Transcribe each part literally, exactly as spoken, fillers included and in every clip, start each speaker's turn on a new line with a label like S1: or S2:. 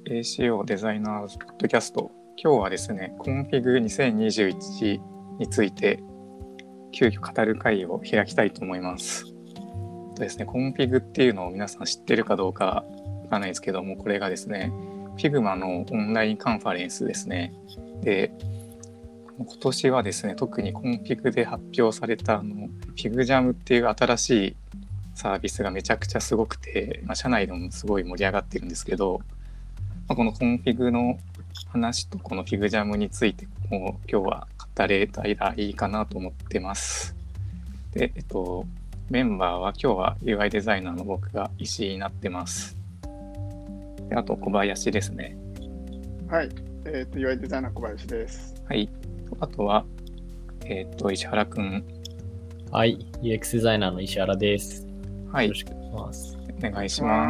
S1: エーシーオー デザイナーズポッドキャスト。今日はですね、コンフィグにせんにじゅういちについて急遽語る会を開きたいと思います。とですね、コンフィグっていうのを皆さん知ってるかどうかわからないですけども、これがですね、Figma のオンラインカンファレンスですね。で、今年はですね、特にコンフィグで発表されたあの FigJam っていう新しいサービスがめちゃくちゃすごくて、まあ、社内でもすごい盛り上がってるんですけど、まあ、このコンフィグの話とこの FigJam についても今日は語れたらいいかなと思ってます。で、えっと、メンバーは今日は ユーアイ デザイナーの僕が石井になってます。であと小林ですね。
S2: はい、えー、と ユーアイ デザイナー小林です。
S1: はい。あとは、えっと、石原くん。
S3: はい、ユーエックス デザイナーの石原です。
S1: はい。
S3: よろしくお願いします。
S1: お願いします。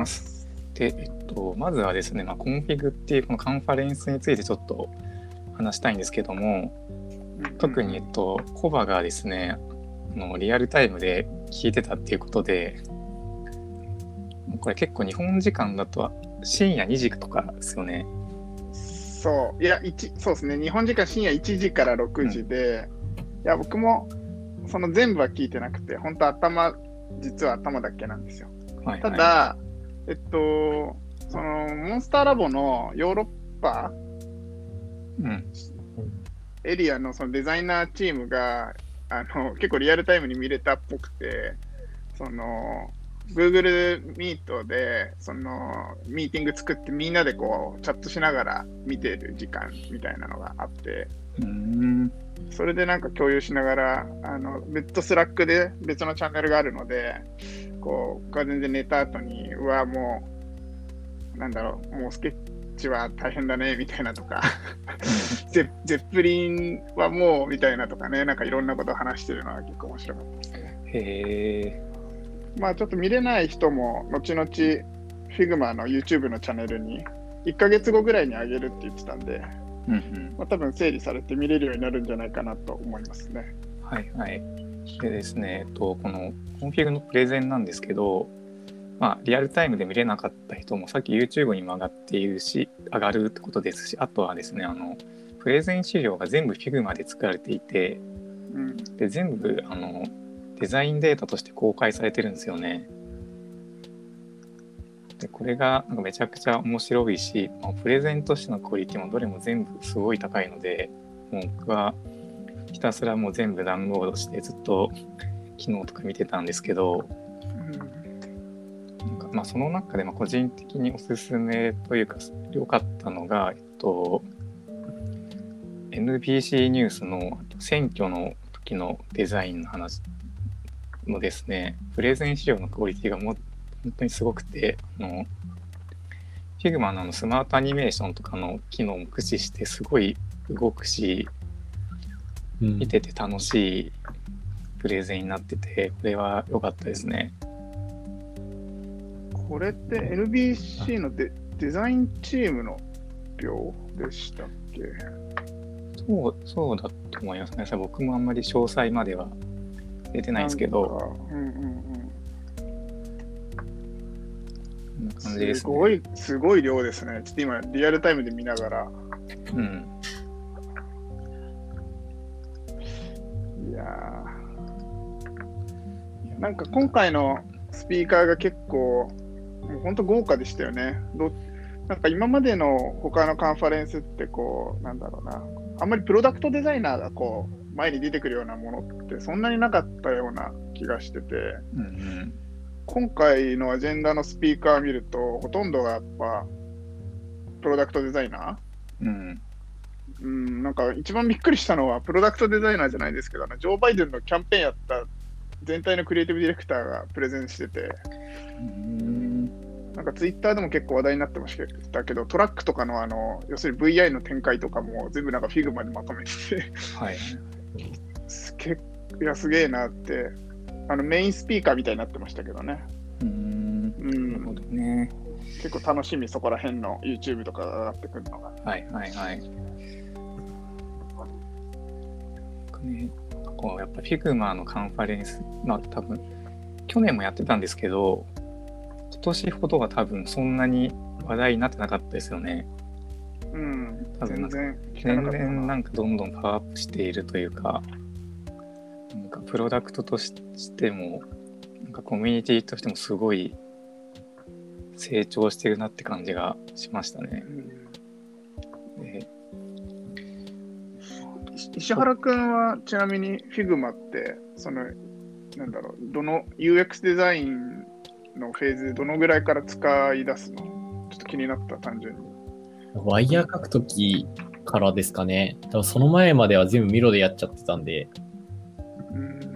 S1: で、えっと、まずはですね、まあ、コンフィグっていうこのカンファレンスについてちょっと話したいんですけども、特に、えっと、コバがですね、あのリアルタイムで聞いてたっていうことで、これ結構日本時間だと深夜にじとかですよね。
S2: そう、いや、そうですね、日本時間深夜いちじからろくじで、うん、いや、僕もその全部は聞いてなくて、本当頭、実は頭だけなんですよ。はいはい、ただ、えっと、そのモンスターラボのヨーロッパ、うん、エリアのそのデザイナーチームがあの結構リアルタイムに見れたっぽくて、その Google Meet でそのミーティング作ってみんなでこうチャットしながら見てる時間みたいなのがあって、うーん、それでなんか共有しながら、あの別途スラックで別のチャンネルがあるので、こう僕は全然寝た後に、うわもうなんだろう、もうスケッチは大変だねみたいなとかゼ, ゼップリンはもうみたいなとかね、なんかいろんなことを話してるのは結構面白かったですね。
S1: へー。
S2: まあちょっと見れない人も後々 Figma の YouTube のチャンネルにいっかげつごぐらいに上げるって言ってたんで、うんうん、まあ、多分整理されて見れるようになるんじゃないかなと思いますね。
S1: はいはい。でですね、えっと、このコンフィグのプレゼンなんですけど、まあ、リアルタイムで見れなかった人もさっき YouTube にも上がっているし、上がるってことですし、あとはですね、あのプレゼン資料が全部 Figma で作られていて、うん、で全部あのデザインデータとして公開されてるんですよね。でこれがなんかめちゃくちゃ面白いし、まあ、プレゼンとしてのクオリティもどれも全部すごい高いので、もう僕はひたすらもう全部ダウンロードしてずっと昨日とか見てたんですけど、うん、なんかまあその中でまあ個人的におすすめというか良かったのが、えっと、エヌビーシー ニュースの選挙の時のデザインの話のですね、プレゼン資料のクオリティがもう本当にすごくて、あの Figma の, のスマートアニメーションとかの機能も駆使してすごい動くし、うん、見てて楽しいプレゼンになってて、これは良かったですね。
S2: これって エヌビーシー の デ, デザインチームの表でしたっけ？
S1: そう、そうだと思いますね。僕もあんまり詳細までは出てないんですけど、うんうんうん、こんな感じですね。
S2: すごい、すごい量ですね。ちょっと今リアルタイムで見ながら、うん、いやー、なんか今回のスピーカーが結構もう本当豪華でしたよね。どなんか今までの他のカンファレンスってこうなんだろうな、あんまりプロダクトデザイナーがこう前に出てくるようなものってそんなになかったような気がしてて、うんうん、今回のアジェンダのスピーカーを見るとほとんどがやっぱプロダクトデザイナー、うんうん、なんか一番びっくりしたのはプロダクトデザイナーじゃないですけど、ジョー・バイデンのキャンペーンやった全体のクリエイティブディレクターがプレゼンしてて、うん、なんかツイッターでも結構話題になってましたけど、トラックとかのあの要するに ブイアイ の展開とかも全部なんか Figma にまとめてて、はい、すげいやすげえなって、あのメインスピーカーみたいになってましたけどね。うーん、うん、なるほどね。結構楽しみ、そこら辺の YouTube とかが上がってくるのが。
S1: はいはいはい。ね、こうやっぱ Figma のカンファレンス、まあ多分去年もやってたんですけど、今年ほどは多分そんなに話題になってなかったですよね。
S2: うん、
S1: 多分なんか
S2: 全然
S1: 年々なんかどんどんパワーアップしているというか、なんかプロダクトとしてもなんかコミュニティとしてもすごい成長してるなって感じがしましたね。うん、で
S2: 石原くんはちなみに Figma ってそのなんだろう、どの ユーエックス デザインのフェーズどのぐらいから使い出すの？ちょっと気になった、単純に。
S3: ワイヤー書くときからですかね。多分その前までは全部ミロでやっちゃってたんで。
S2: うーん、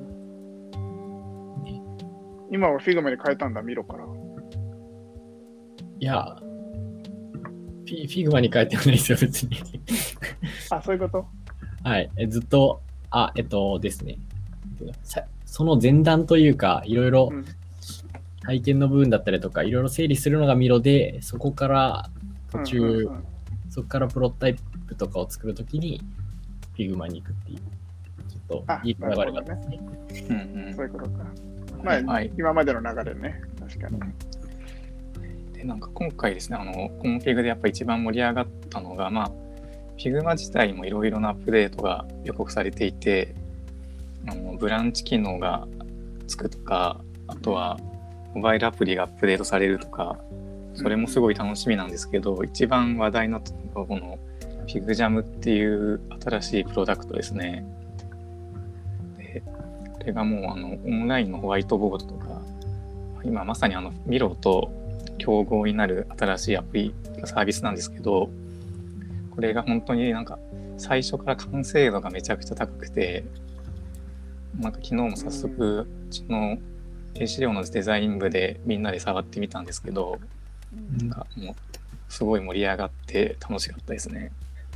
S2: ね、今は Figma に変えたんだ、ミロから。
S3: いや、フィ、Figma に変えてもないですよ、別に。
S2: あ、そういうこと？
S3: はい。ずっと、あ、えっとですね。その前段というか、いろいろ体験の部分だったりとか、いろいろ整理するのがミロで、そこから途中、うんうんうん、そこからプロトタイプとかを作るときに Figma に行くっていう、ちょっといい流れがあったですね。
S2: うんうん、そういうことか。まあ、はい、今までの流れね、確かに。
S1: で、なんか今回ですね、あの、コンフィグでやっぱ一番盛り上がったのが、まあ、Figma 自体もいろいろなアップデートが予告されていて、あのブランチ機能がつくとか、あとはモバイルアプリがアップデートされるとか、それもすごい楽しみなんですけど、うん、一番話題になったのがこの FigJam っていう新しいプロダクトですね。で、これがもうあのオンラインのホワイトボードとか、今まさにあのミロと競合になる新しいアプリサービスなんですけど、これが本当になんか最初から完成度がめちゃくちゃ高くて、なんか昨日も早速うちの エーシーオー のデザイン部でみんなで触ってみたんですけど、なんかもうすごい盛り上がって楽しかったですね。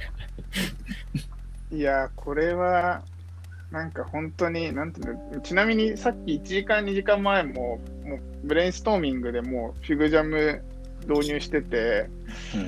S2: いやこれはなんか本当になんていうの、ちなみにさっきいちじかんにじかんまえももうブレインストーミングでもう FigJam 導入してて、うん、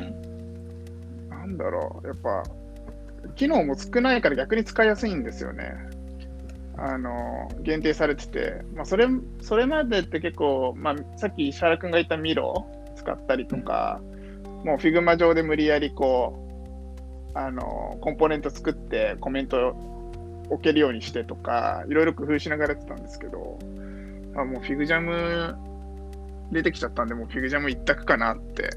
S2: なんだろう、やっぱ機能も少ないから逆に使いやすいんですよね。あの限定されてて、まあ、それそれまでって結構、まあ、さっき石原君が言ったミロ使ったりとか、うん、もう Figma 上で無理やりこうあのコンポーネント作ってコメント置けるようにしてとかいろいろ工夫しながらやってたんですけど、あもう FigJam 出てきちゃったんで、もう FigJam 一択かなって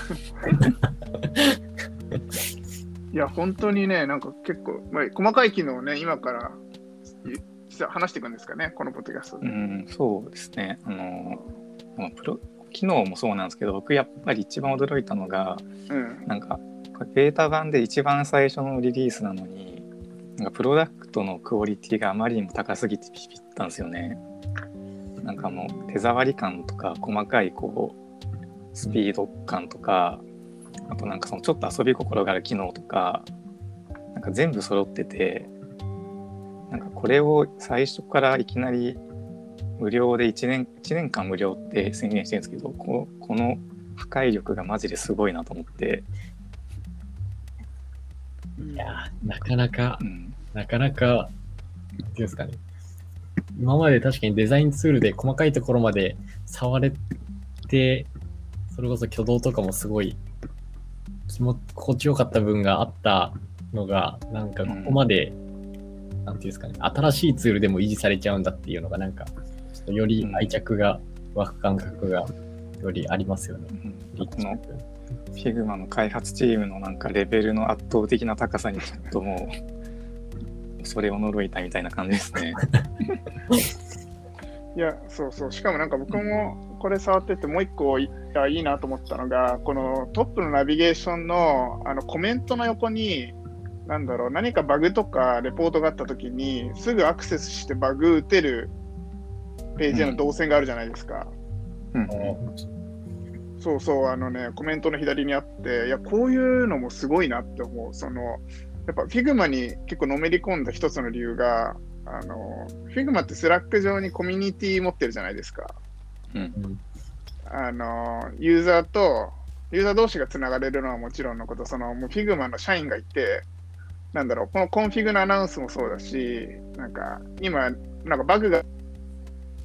S2: いや本当にね、なんか結構、まあ、細かい機能をね今から話していくんですかね、このポッドキャストで。
S1: うん、そうですね。あの、プロ機能もそうなんですけど、僕やっぱり一番驚いたのが、うん、なんかベータ版で一番最初のリリースなのに、なんかプロダクトのクオリティがあまりにも高すぎてビビったんですよね。なんかもう手触り感とか細かいこうスピード感とか、あとなんかそのちょっと遊び心がある機能とか、なんか全部揃ってて。なんかこれを最初からいきなり無料でいちねん、いちねんかん無料って宣言してるんですけど、こ, この破壊力がマジですごいなと思って。
S3: いやなかなか、うん、なかなかっていうんですかね、今まで確かにデザインツールで細かいところまで触れて、それこそ挙動とかもすごい気持ちよかった部分があったのが、なんかここまで、うんなんていうんですかね、新しいツールでも維持されちゃうんだっていうのがなんかちょっとより愛着が湧く感覚がよりありますよね。
S1: うん、この Figma の開発チームのなんかレベルの圧倒的な高さにちょっともうそれを驚いたみたいな感じですね。
S2: いやそうそう、しかもなんか僕もこれ触っててもう一個いやいいなと思ったのが、このトップのナビゲーションのあのコメントの横になんだろう、何かバグとかレポートがあったときにすぐアクセスしてバグ打てるページへの動線があるじゃないですか。うんうん、そうそう、あのね、コメントの左にあって、いや、こういうのもすごいなって思う。そのやっぱ Figma に結構のめり込んだ一つの理由が、あの Figma ってスラック上にコミュニティ持ってるじゃないですか。うん、あのユーザーとユーザー同士がつながれるのはもちろんのこと、そのもう Figma の社員がいて、なんだろう、このコンフィグのアナウンスもそうだし、なんか今なんかバグが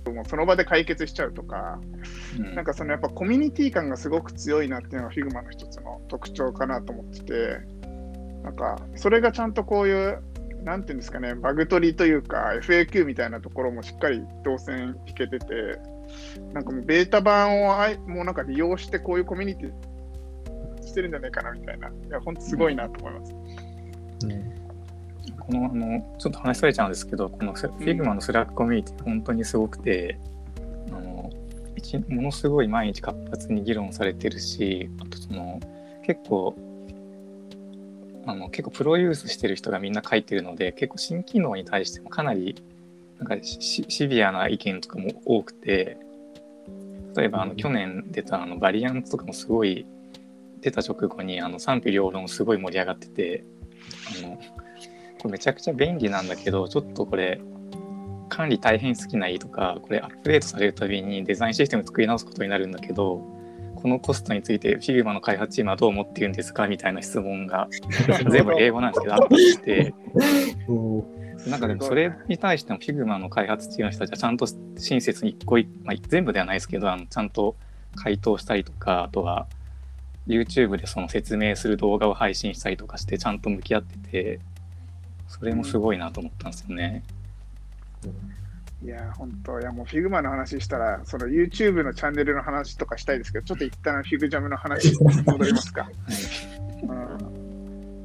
S2: もうその場で解決しちゃうとか、うん、なんかそのやっぱコミュニティ感がすごく強いなっていうのが Figma の一つの特徴かなと思ってて、なんかそれがちゃんとこういうなんていうんですかね、バグ取りというか エフエーキュー みたいなところもしっかり動線引けてて、なんかもうベータ版をあいもうなんか利用してこういうコミュニティしてるんじゃないかなみたいな、いや本当すごいなと思います。
S1: うんうん、このあのちょっと話されちゃうんですけど、この Figma のスラックコミュニティ本当にすごくて、あのものすごい毎日活発に議論されてるし、あとその結構あの結構プロユースしてる人がみんな書いてるので、結構新機能に対してもかなりなんかシ, シビアな意見とかも多くて、例えばあの去年出たあのバリアンツとかもすごい出た直後にあの賛否両論すごい盛り上がってて、あのこれめちゃくちゃ便利なんだけど、ちょっとこれ管理大変すぎないとか、これアップデートされるたびにデザインシステム作り直すことになるんだけど、このコストについて Figma の開発チームはどう思っているんですかみたいな質問が全部英語なんですけどあったりしてなんかでもそれに対しても Figma の開発チームの人たちはちゃんと親切に一個一個、まあ、全部ではないですけど、あのちゃんと回答したりとか、あとは YouTube でその説明する動画を配信したりとかしてちゃんと向き合ってて、それもすごいなと思ったんですよね。
S2: いや本当、いやもう Figma の話したらその YouTube のチャンネルの話とかしたいですけど、ちょっと一旦 FigJam の話に戻りますか、うん、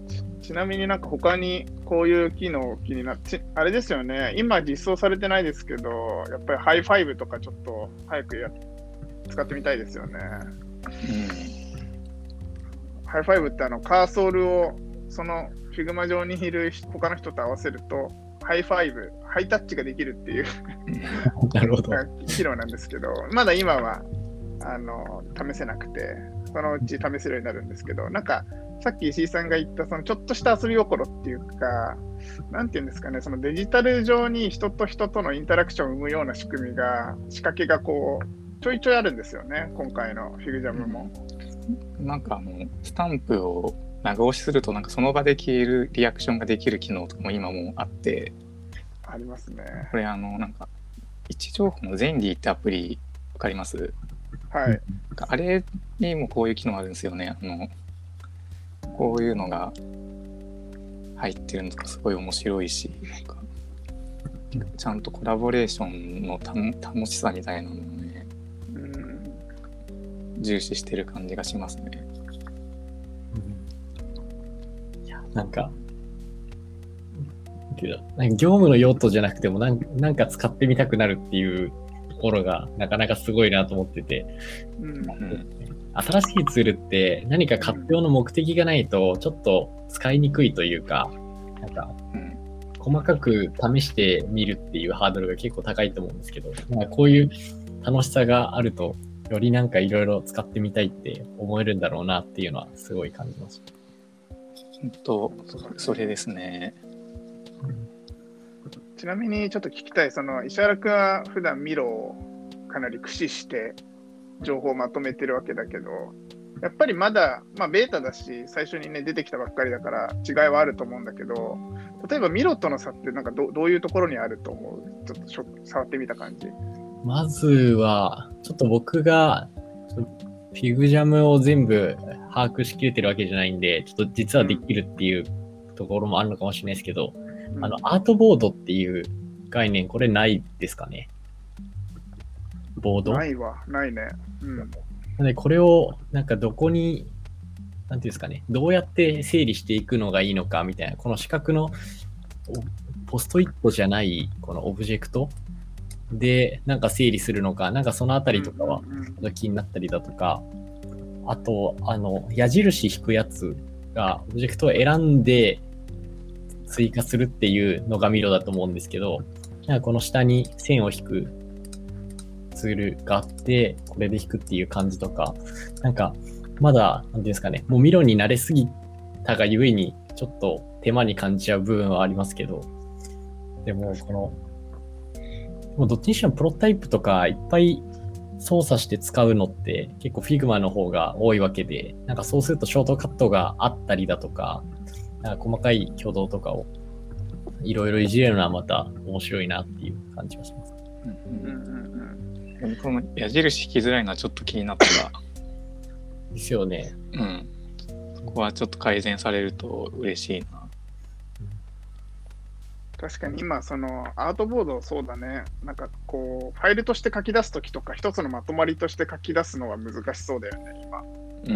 S2: ち, ちなみになんか他にこういう機能気になってあれですよね、今実装されてないですけど、やっぱりハイファイブとかちょっと早くや使ってみたいですよね、うん、ハイファイブってあのカーソールをその Figma 上にいる他の人と合わせるとハイファイブ、ハイタッチができるっていう
S3: なるほど
S2: 機能なんですけど、まだ今はあの試せなくて、そのうち試せるようになるんですけど、なんかさっき石井さんが言ったそのちょっとした遊び心っていうか、なんていうんですかね、そのデジタル上に人と人とのインタラクションを生むような仕組みが、仕掛けがこうちょいちょいあるんですよね、今回の FigJam も。
S1: なんかあのスタンプを長押しするとなんかその場で消えるリアクションができる機能とかも今もあって、
S2: ありますね。
S1: これあのなんか位置情報のゼンリーってアプリわかります？
S2: はい。
S1: あれにもこういう機能あるんですよね。あのこういうのが入ってるのとかすごい面白いし、なんかちゃんとコラボレーションのた楽しさみたいなのをね、うん、重視してる感じがしますね。
S3: なんか、なんか業務の用途じゃなくてもなん、なんか使ってみたくなるっていうところがなかなかすごいなと思ってて、うんうん、新しいツールって何か活用の目的がないとちょっと使いにくいというか、なんか、うん、細かく試してみるっていうハードルが結構高いと思うんですけど、まあ、こういう楽しさがあるとよりなんかいろいろ使ってみたいって思えるんだろうなっていうのはすごい感じました。
S1: 本当それですね。
S2: ちなみにちょっと聞きたい、その石原君は普段ミロをかなり駆使して情報をまとめてるわけだけど、やっぱりまだ、まあ、ベータだし最初にね出てきたばっかりだから違いはあると思うんだけど、例えばミロとの差ってなんか ど, どういうところにあると思う？ちょっとしょ触ってみた感じ。
S3: まずはちょっと僕がFigJamを全部把握しきれてるわけじゃないんで、ちょっと実はできるっていうところもあるのかもしれないですけど、うん、あのアートボードっていう概念、これないですかね？ボード？
S2: ないわ、ないね。うん。な
S3: のでこれをなんかどこに、なんていうんですかね、どうやって整理していくのがいいのかみたいな、この四角のポストイットじゃないこのオブジェクトでなんか整理するのか、なんかそのあたりとかは気になったりだとか、あとあの矢印引くやつがオブジェクトを選んで追加するっていうのがミロだと思うんですけど、なんかこの下に線を引くツールがあってこれで引くっていう感じとか、なんかまだなんていうんですかね、もうミロに慣れすぎたがゆえにちょっと手間に感じちゃう部分はありますけど、でもこのもうどっちにしてもプロトタイプとかいっぱい操作して使うのって結構 Figma の方が多いわけで、なんかそうするとショートカットがあったりだとか、なんか細かい挙動とかをいろいろいじれるのはまた面白いなっていう感じがします。
S1: うんうん
S2: うん
S1: でもこの矢印引きづらいのはちょっと気になった。
S3: ですよね。
S1: うん。そこはちょっと改善されると嬉しいな。
S2: 確かに今、そのアートボード、そうだね。なんかこう、ファイルとして書き出すときとか、一つのまとまりとして書き出すのは難しそうだよね、今。
S1: うん。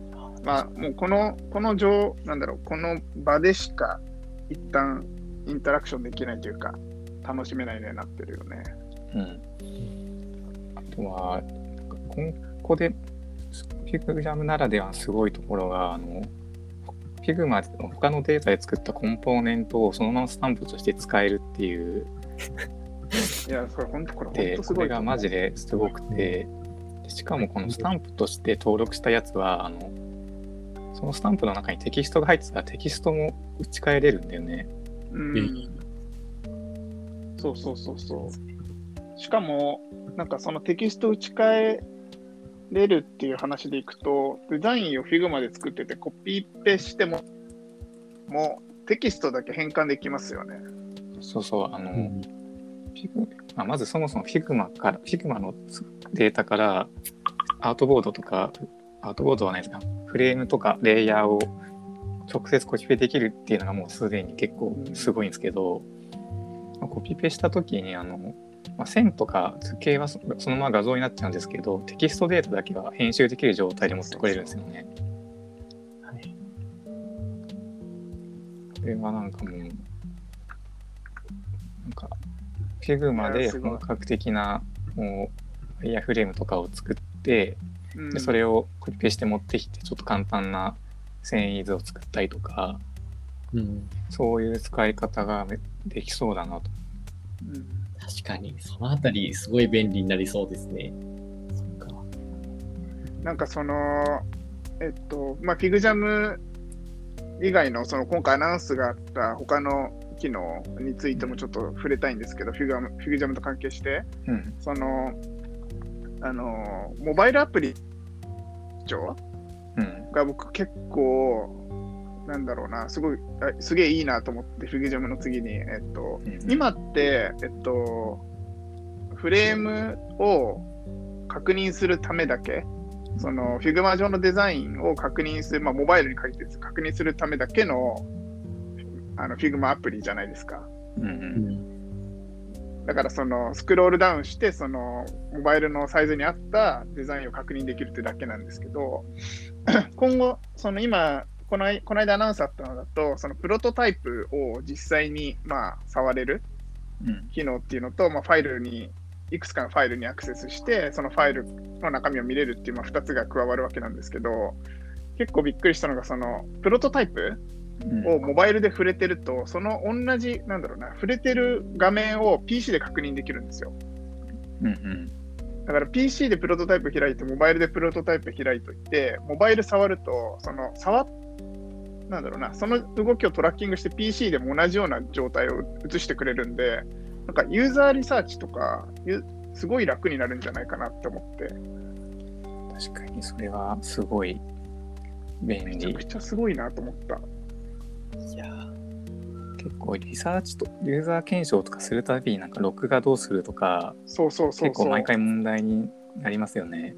S2: まあ、もうこの、この上、なんだろう、この場でしか一旦インタラクションできないというか、楽しめないようになってるよね。
S1: うん。あとは、ここで、フィグジャムならではのすごいところが、あの、フィグマ他のデータで作ったコンポーネントをそのままスタンプとして使えるっていう。
S2: いや、それ本当これ本
S1: で、
S2: 当すごい。
S1: これがマジですごくて、しかもこのスタンプとして登録したやつは、あの、そのスタンプの中にテキストが入ってたらテキストも打ち替えれるんだよね。
S2: うん。そうそうそうそう。しかも、なんかそのテキスト打ち替えれるっていう話でいくと、デザインを Figma で作っててコピペしても、もうテキストだけ変換できますよね。
S1: そうそう、あの、うん、まあ、まずそもそも Figma から、Figma のデータからアートボードとか、アートボードはないですか、フレームとかレイヤーを直接コピペできるっていうのがもうすでに結構すごいんですけど、まあ、コピペしたときにあの、まあ、線とか図形はそのまま画像になっちゃうんですけど、テキストデータだけは編集できる状態で持ってこれるんですよね。はい。これはなんかもう、なんか Figma で本格的なもうエアフレームとかを作って、でそれをコピペして持ってきてちょっと簡単な繊維図を作ったりとか、うん、そういう使い方ができそうだなと。
S3: うん、確かにそのあたりすごい便利になりそうですね。そっか。
S2: なんかそのえっとまあ FigJam 以外のその今回アナウンスがあった他の機能についてもちょっと触れたいんですけど、FigJam、FigJam と関係して、うん、そのあのモバイルアプリ長が僕結構なんだろうな、すごいすげえいいなと思って、FigJamの次に、えっと、うん、今って、えっと、フレームを確認するためだけ、その Figma 上のデザインを確認する、まあ、モバイルに限って確認するためだけの、あの Figma アプリじゃないですか。うんうん、だからそのスクロールダウンして、そのモバイルのサイズに合ったデザインを確認できるってだけなんですけど、今後、その今、この、この間アナウンスあったのだと、そのプロトタイプを実際に、まあ、触れる機能っていうのと、うん、まあ、ファイルに、いくつかのファイルにアクセスして、そのファイルの中身を見れるっていう、まあ、ふたつが加わるわけなんですけど、結構びっくりしたのが、そのプロトタイプをモバイルで触れてると、うん、その同じ、なんだろうな、触れてる画面を ピーシー で確認できるんですよ。うんうん、だから ピーシー でプロトタイプ開いて、モバイルでプロトタイプ開いといて、モバイル触ると、その触っなんだろうな、その動きをトラッキングして ピーシー でも同じような状態を映してくれるんで、なんかユーザーリサーチとかすごい楽になるんじゃないかなって思って。
S1: 確かにそれはすごい便利。
S2: めちゃくちゃすごいなと思った。
S1: いや結構リサーチとユーザー検証とかするたびになんか録画どうするとか、
S2: そうそうそうそう、
S1: 結構毎回問題になりますよね。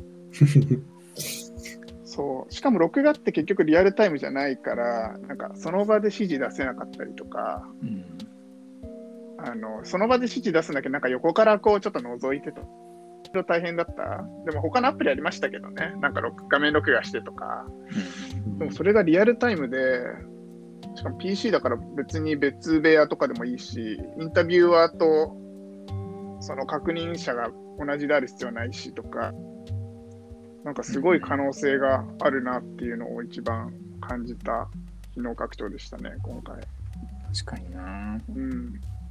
S2: そう、しかも録画って結局リアルタイムじゃないから、なんかその場で指示出せなかったりとか、うん、あのその場で指示出すんだけど、なんか横からこうちょっと覗いてと大変だった。でも他のアプリありましたけどね、なんか画面録画してとか、うん、でもそれがリアルタイムで、しかも ピーシー だから別に別部屋とかでもいいし、インタビュアーとその確認者が同じである必要ないしとか、なんかすごい可能性があるなっていうのを一番感じた機能拡張でしたね、今回。
S1: 確かにな。
S2: うん。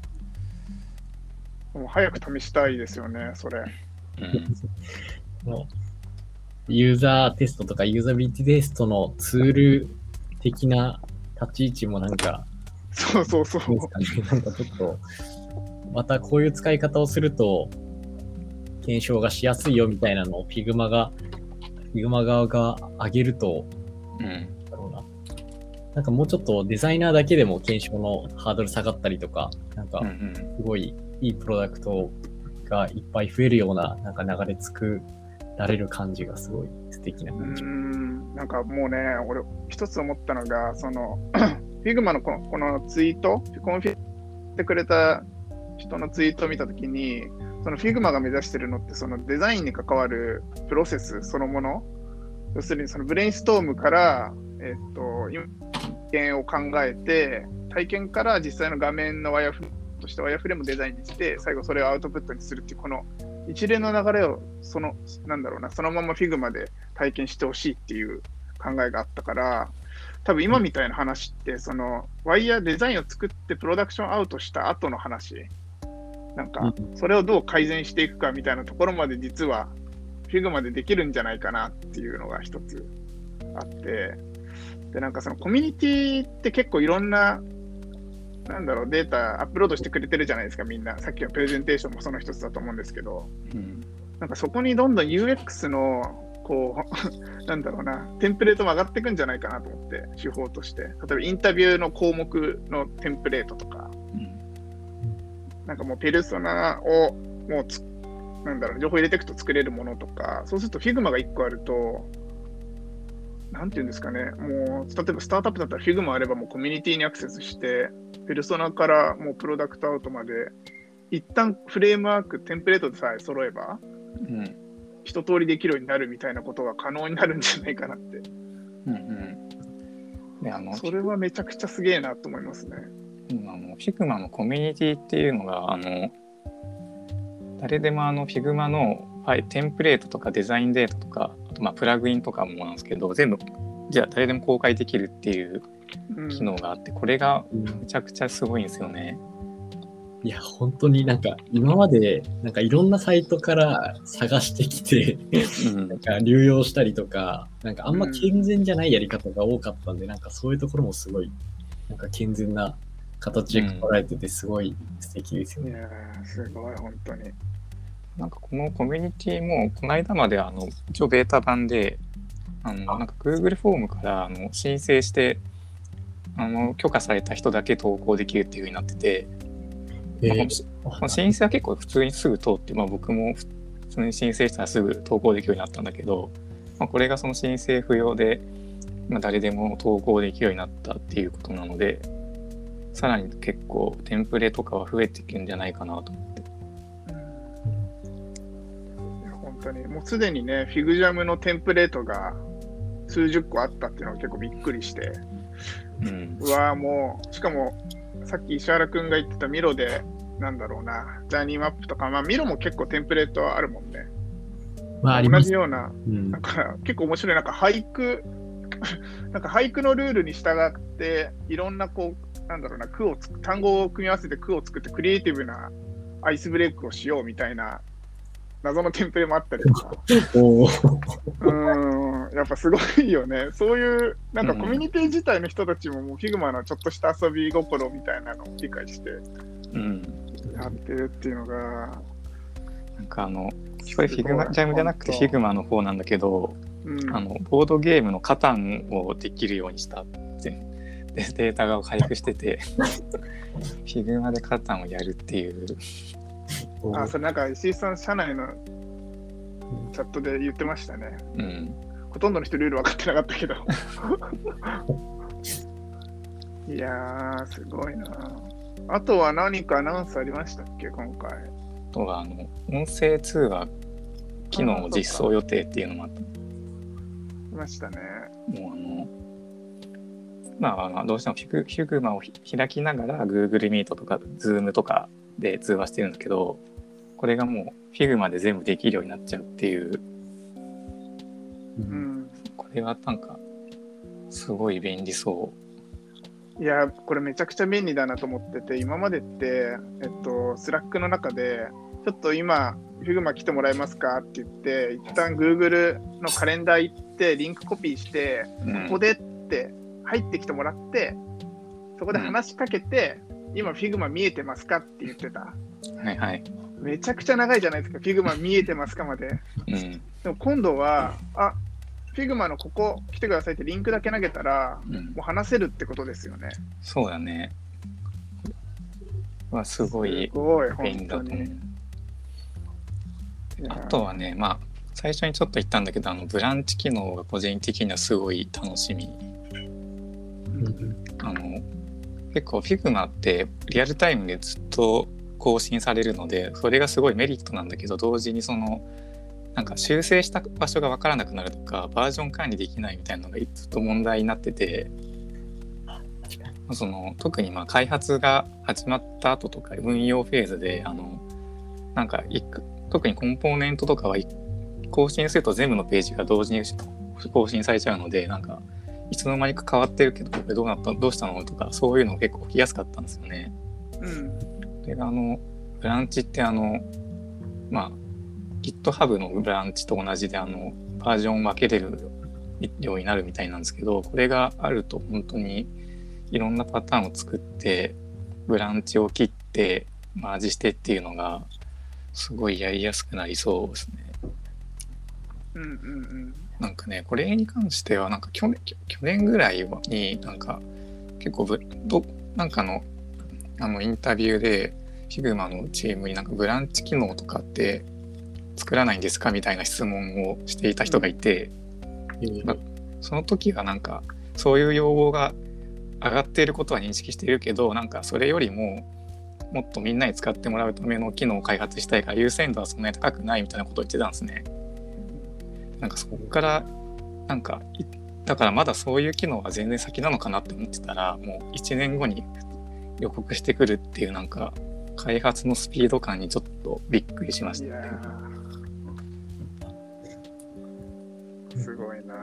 S2: もう早く試したいですよね、それ。
S3: うん、ユーザーテストとかユーザビリティテストのツール的な立ち位置もなんか、
S2: そうそうそう。
S3: なんかちょっと、またこういう使い方をすると、検証がしやすいよみたいなのを Figma がFigma 側が上げると、うん、だろうな。なんかもうちょっとデザイナーだけでも検証のハードル下がったりとか、なんかすごいいいプロダクトがいっぱい増えるようななんか流れ作られる感じがすごい素敵な感じ。
S2: うん、なんかもうね、俺一つ思ったのが、そのFigma のこの、このツイート、コンフィってくれた人のツイートを見たときに、その Figma が目指してるのってそのデザインに関わるプロセスそのもの、要するにそのブレインストームから、えっと、体験を考えて、体験から実際の画面のワイヤーフレームとしてワイヤーフレームをデザインにして、最後それをアウトプットにするっていう、この一連の流れをその、なんだろうな、そのまま Figma で体験してほしいっていう考えがあったから、多分今みたいな話って、そのワイヤーデザインを作ってプロダクションアウトした後の話、なんかそれをどう改善していくかみたいなところまで実は Figma でできるんじゃないかなっていうのが一つあって、でなんかそのコミュニティって結構いろんななんだろうデータアップロードしてくれてるじゃないですか、みんな。さっきのプレゼンテーションもその一つだと思うんですけど、うん、なんかそこにどんどん ユーエックス のこうなんだろうなテンプレートも上がっていくんじゃないかなと思って、手法として例えばインタビューの項目のテンプレートとか、うん、なんかもうペルソナをもうつなんだろう情報入れていくと作れるものとか、そうすると Figma がいっこあるとなんていうんですかね、もう例えばスタートアップだったら Figma あればもうコミュニティにアクセスしてペルソナからもうプロダクトアウトまで一旦フレームワークテンプレートでさえ揃えば、うん一通りできるようになるみたいなことが可能になるんじゃないかなって。うんうん。であのそれはめちゃくちゃすげえなと思いますね。
S1: あの Figma のコミュニティっていうのがあの誰でもあの Figma のテンプレートとかデザインデータとかあとまあプラグインとかもなんですけど全部じゃあ誰でも公開できるっていう機能があって、うん、これがめちゃくちゃすごいんですよね。
S3: いや、本当になんか今までなんかいろんなサイトから探してきて、うん、なんか流用したりとか、なんかあんま健全じゃないやり方が多かったんで、うん、なんかそういうところもすごいなんか健全な形で捉えててすごい素敵ですよね。
S2: うん、いやすごい本当に。
S1: なんかこのコミュニティもこの間まであの一応ベータ版であのなんか Google フォームからあの申請してあの許可された人だけ投稿できるっていう風になってて。えーまあ、申請は結構普通にすぐ通って、まあ、僕も普通に申請したらすぐ投稿できるようになったんだけど、まあ、これがその申請不要で、まあ、誰でも投稿できるようになったっていうことなので、さらに結構テンプレとかは増えていくんじゃないかなと思って。
S2: うん、いや本当にもうすでにね FigJam のテンプレートが数十個あったっていうのが結構びっくりして、うん、うわーもうしかもさっき石原くんが言ってたミロでなんだろうなジャーニーマップとか、まあ、ミロも結構テンプレートあるもんね。まあ、同じような、うん、なんか結構面白いなんか俳句なんか俳句のルールに従っていろんなこうなんだろうな句をつく単語を組み合わせて句を作ってクリエイティブなアイスブレイクをしようみたいな謎のテンプレもあったりとかおうんやっぱすごいよね。そういうなんかコミュニティ自体の人たちももう Figma のちょっとした遊び心みたいなのを理解してやってるっていうのが、うん、
S1: なんかあのこれ Figma ジャムじゃなくて Figma の方なんだけど、うん、あのボードゲームのカタンをできるようにしたってでデータが配布しててFigma でカタンをやるっていう
S2: あ、それなんか石井さん社内のチャットで言ってましたね、うん、ほとんどの人ルール分かってなかったけどいやーすごいな。あとは何かアナウンスありましたっけ今回。あ
S1: とはあの音声通話機能実装予定っていうのもあったい
S2: ましたね。
S1: もうあのまあどうしても Figma を開きながら Google Meet とか Zoom とかで通話してるんだけど、これがもう Figma で全部できるようになっちゃうっていう、うん、これはなんかすごい便利そう。
S2: いやこれめちゃくちゃ便利だなと思ってて、今までってえっとスラックの中でちょっと今 Figma 来てもらえますかって言って一旦 Google のカレンダー行ってリンクコピーして、うん、ここでって入ってきてもらってそこで話しかけて、うん、今 Figma 見えてますかって言ってた。
S1: はいはい。
S2: めちゃくちゃ長いじゃないですか Figma 見えてますかまで、うん、でも今度はあFigma のここ来てくださいってリンクだけ投げたら、うん、もう話せるってことですよね。
S1: そうだね。まあすごい
S2: 便利だと思う。
S1: あとはね、まあ最初にちょっと言ったんだけど、あのブランチ機能が個人的にはすごい楽しみ。うん、あの結構 Figma ってリアルタイムでずっと更新されるので、それがすごいメリットなんだけど、同時にそのなんか修正した場所が分からなくなるとか、バージョン管理できないみたいなのがずっと問題になってて、その特にまあ開発が始まった後とか運用フェーズで、あのなんか特にコンポーネントとかは更新すると全部のページが同時に更新されちゃうので、なんかいつの間にか変わってるけどこれどうなったどうしたのとか、そういうの結構起きやすかったんですよね。
S2: うん、
S1: であのブランチってあのまあ GitHub のブランチと同じであのバージョン分けれるようになるみたいなんですけど、これがあると本当にいろんなパターンを作ってブランチを切ってマージしてっていうのがすごいやりやすくなりそうですね。
S2: うんうんうん。
S1: なんかね、これに関してはなんか去年去年ぐらいになんか結構ブどなんかのあのインタビューで Figma のチームになんかブランチ機能とかって作らないんですかみたいな質問をしていた人がいて、うんまあ、その時はなんかそういう要望が上がっていることは認識しているけど、なんかそれよりももっとみんなに使ってもらうための機能を開発したいから優先度はそんなに高くないみたいなことを言ってたんですね。なんかそこからなんかだからまだそういう機能が全然先なのかなって思ってたら、もういちねんごに予告してくるっていうなんか開発のスピード感にちょっとびっくりしました、ね。いや
S2: すごいな。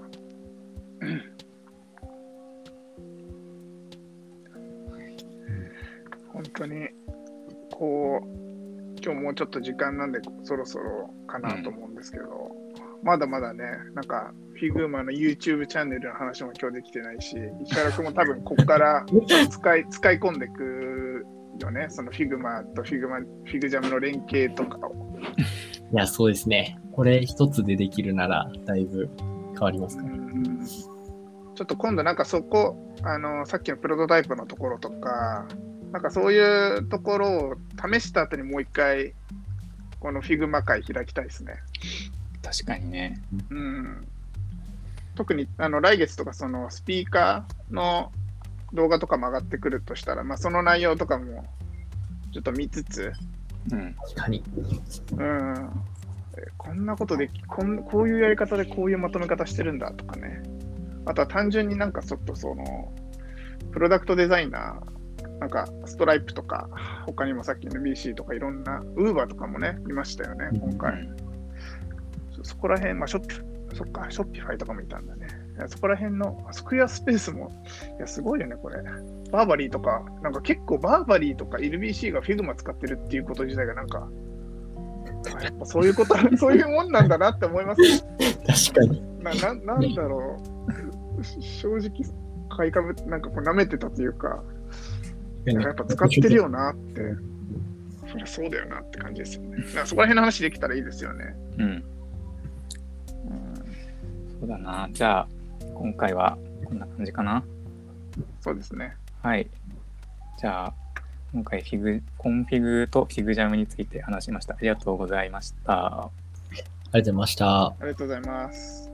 S2: 本当にこう今日もうちょっと時間なんでそろそろかなと思うんですけど、うん、まだまだね、なんか Figma の YouTube チャンネルの話も今日できてないし、石原君も多分ここから使い使い込んでいくよね、その Figma と Figma FigJam の連携とかを。
S3: いや、そうですね。これ一つでできるならだいぶ変わりますから、ね。
S2: うんちょっと今度なんかそこあのさっきのプロトタイプのところとか。なんかそういうところを試した後にもう一回この Figma 会開きたいですね。
S1: 確かにね。
S2: うん。特にあの来月とかそのスピーカーの動画とかも上がってくるとしたら、まあその内容とかもちょっと見つつ、
S3: うん、確かに。
S2: うん。こんなことできこんこういうやり方でこういうまとめ方してるんだとかね。あとは単純になんかちょっとそのプロダクトデザイナーなんかストライプとか他にもさっきの ビーシー とかいろんなウーバーとかもね見ましたよね今回、うん、そ, そこら辺まあショッピそっかショッピファイとかもいたんだね。そこら辺のスクエアスペースもいやすごいよねこれ。バーバリーとかなんか結構バーバリーとか エルビーシー が Figma 使ってるっていうこと自体がなんかやっぱそういうことそういうもんなんだなって思いますね。
S3: 確かに
S2: な, な, なんだろう正直買いかぶなんかこう舐めてたというかやっぱ使ってるよなって、そりゃそうだよなって感じですよね。だからそこら辺の話できたらいいですよね。
S1: うん。うん、そうだな。じゃあ、今回はこんな感じかな。
S2: そうですね。
S1: はい。じゃあ、今回フィグ、コンフィグと FigJam について話しました。ありがとうございました。
S3: ありがとうございました。
S2: ありがとうございます。